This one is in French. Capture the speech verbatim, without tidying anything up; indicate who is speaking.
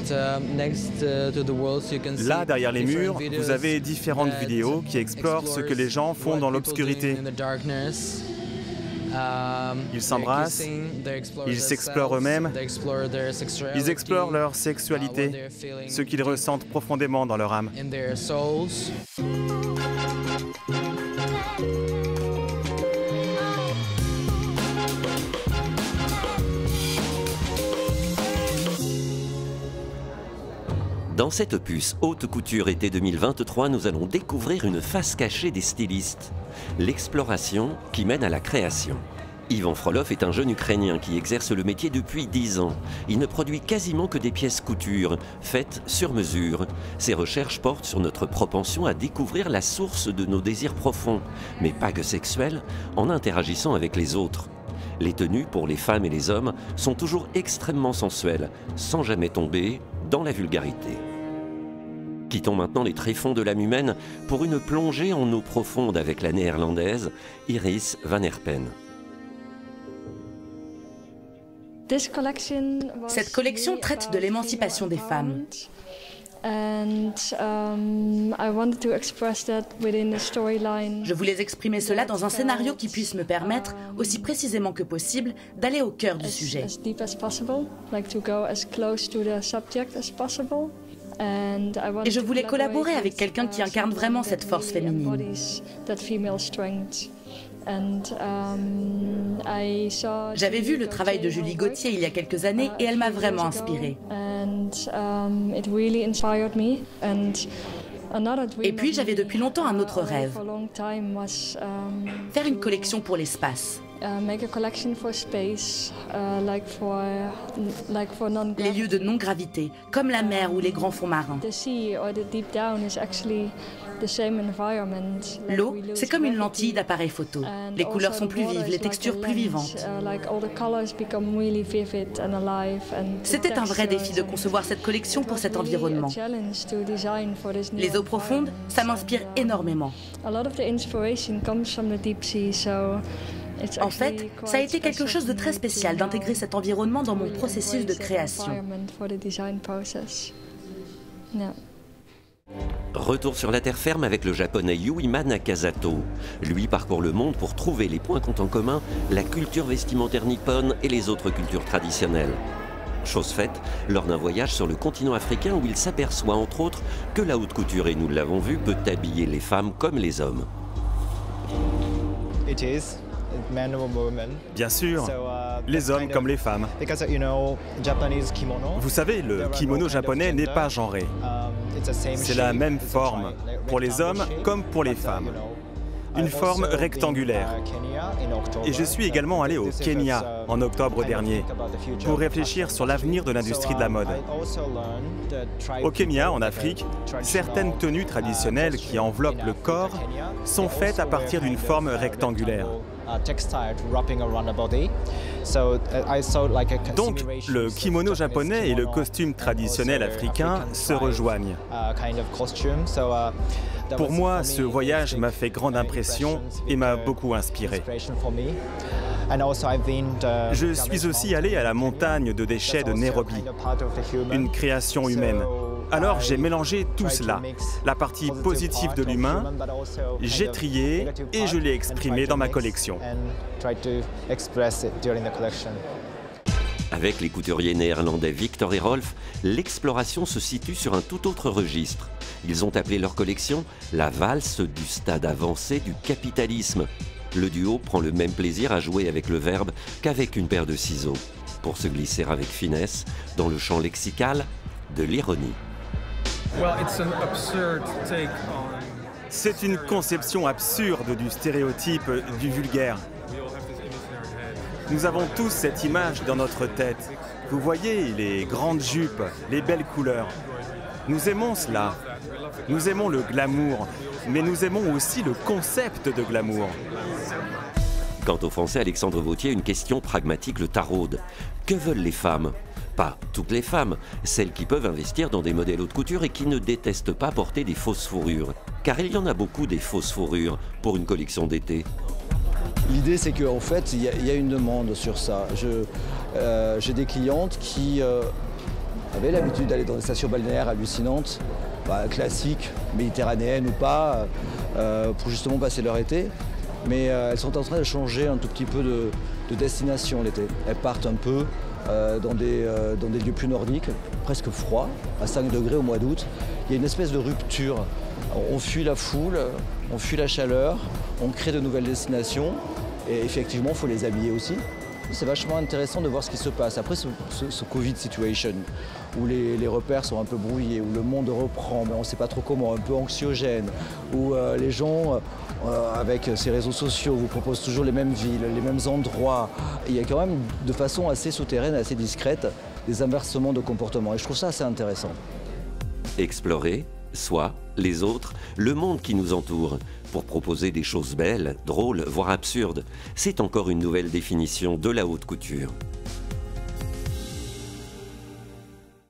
Speaker 1: Là, derrière les murs, vous avez différentes vidéos qui explorent ce que les gens font dans l'obscurité. Ils s'embrassent, ils s'explorent eux-mêmes, ils explorent leur sexualité, ce qu'ils ressentent profondément dans leur âme.
Speaker 2: Dans cette opus Haute Couture été deux mille vingt-trois, nous allons découvrir une face cachée des stylistes, l'exploration qui mène à la création. Ivan Frolov est un jeune Ukrainien qui exerce le métier depuis dix ans. Il ne produit quasiment que des pièces couture, faites sur mesure. Ses recherches portent sur notre propension à découvrir la source de nos désirs profonds, mais pas que sexuels, en interagissant avec les autres. Les tenues pour les femmes et les hommes sont toujours extrêmement sensuelles, sans jamais tomber dans la vulgarité. Quittons maintenant les tréfonds de l'âme humaine pour une plongée en eau profonde avec la néerlandaise Iris van Herpen.
Speaker 3: Cette collection traite de l'émancipation des femmes. Je voulais exprimer cela dans un scénario qui puisse me permettre, aussi précisément que possible, d'aller au cœur du sujet. Et je voulais collaborer avec quelqu'un qui incarne vraiment cette force féminine. J'avais vu le travail de Julie Gauthier il y a quelques années et elle m'a vraiment inspirée. Et puis j'avais depuis longtemps un autre rêve, faire une collection pour l'espace. Les lieux de non-gravité, comme la mer ou les grands fonds marins. L'eau, c'est comme une lentille d'appareil photo. Les couleurs sont plus vives, les textures plus vivantes. C'était un vrai défi de concevoir cette collection pour cet environnement. Les eaux profondes, ça m'inspire énormément. En fait, ça a été quelque chose de très spécial d'intégrer cet environnement dans mon processus de création.
Speaker 2: Retour sur la terre ferme avec le japonais Yuima Nakazato. Lui parcourt le monde pour trouver les points qu'ont en commun la culture vestimentaire nippone et les autres cultures traditionnelles. Chose faite, lors d'un voyage sur le continent africain où il s'aperçoit entre autres que la haute couture, et nous l'avons vu, peut habiller les femmes comme les hommes.
Speaker 1: Bien sûr, les hommes comme les femmes. Vous savez, le kimono japonais n'est pas genré. C'est la même forme pour les hommes comme pour les femmes. Une forme rectangulaire. Et je suis également allé au Kenya en octobre dernier pour réfléchir sur l'avenir de l'industrie de la mode. Au Kenya, en Afrique, certaines tenues traditionnelles qui enveloppent le corps sont faites à partir d'une forme rectangulaire. Donc, le kimono japonais et le costume traditionnel africain se rejoignent. Pour moi, ce voyage m'a fait grande impression et m'a beaucoup inspiré. Je suis aussi allé à la montagne de déchets de Nairobi, une création humaine. Alors j'ai mélangé tout cela, la partie positive de l'humain, j'ai trié et je l'ai exprimé dans ma collection.
Speaker 2: Avec les couturiers néerlandais Victor et Rolf, l'exploration se situe sur un tout autre registre. Ils ont appelé leur collection la valse du stade avancé du capitalisme. Le duo prend le même plaisir à jouer avec le verbe qu'avec une paire de ciseaux, pour se glisser avec finesse dans le champ lexical de l'ironie.
Speaker 1: C'est une conception absurde du stéréotype du vulgaire. Nous avons tous cette image dans notre tête. Vous voyez les grandes jupes, les belles couleurs. Nous aimons cela. Nous aimons le glamour, mais nous aimons aussi le concept de glamour.
Speaker 2: Quant au français Alexandre Vauthier, une question pragmatique le taraude. Que veulent les femmes ? Pas toutes les femmes, celles qui peuvent investir dans des modèles haute couture et qui ne détestent pas porter des fausses fourrures. Car il y en a beaucoup des fausses fourrures pour une collection d'été.
Speaker 4: L'idée, c'est qu'en fait, il y, y a une demande sur ça. J'ai euh, des clientes qui, euh, avaient l'habitude d'aller dans des stations balnéaires hallucinantes, bah, classiques, méditerranéennes ou pas, euh, pour justement passer leur été. Mais euh, elles sont en train de changer un tout petit peu de, de destination l'été. Elles partent un peu euh, dans, des, euh, dans des lieux plus nordiques, presque froids, à cinq degrés au mois d'août. Il y a une espèce de rupture. On fuit la foule, on fuit la chaleur, on crée de nouvelles destinations et effectivement, il faut les habiller aussi. C'est vachement intéressant de voir ce qui se passe. Après ce, ce, ce Covid situation, où les, les repères sont un peu brouillés, où le monde reprend, mais on ne sait pas trop comment, un peu anxiogène, où euh, les gens, euh, avec ces réseaux sociaux, vous proposent toujours les mêmes villes, les mêmes endroits. Et il y a quand même, de façon assez souterraine, assez discrète, des inversements de comportement. Et je trouve ça assez intéressant.
Speaker 2: Explorer, soi, les autres, le monde qui nous entoure, pour proposer des choses belles, drôles, voire absurdes. C'est encore une nouvelle définition de la haute couture.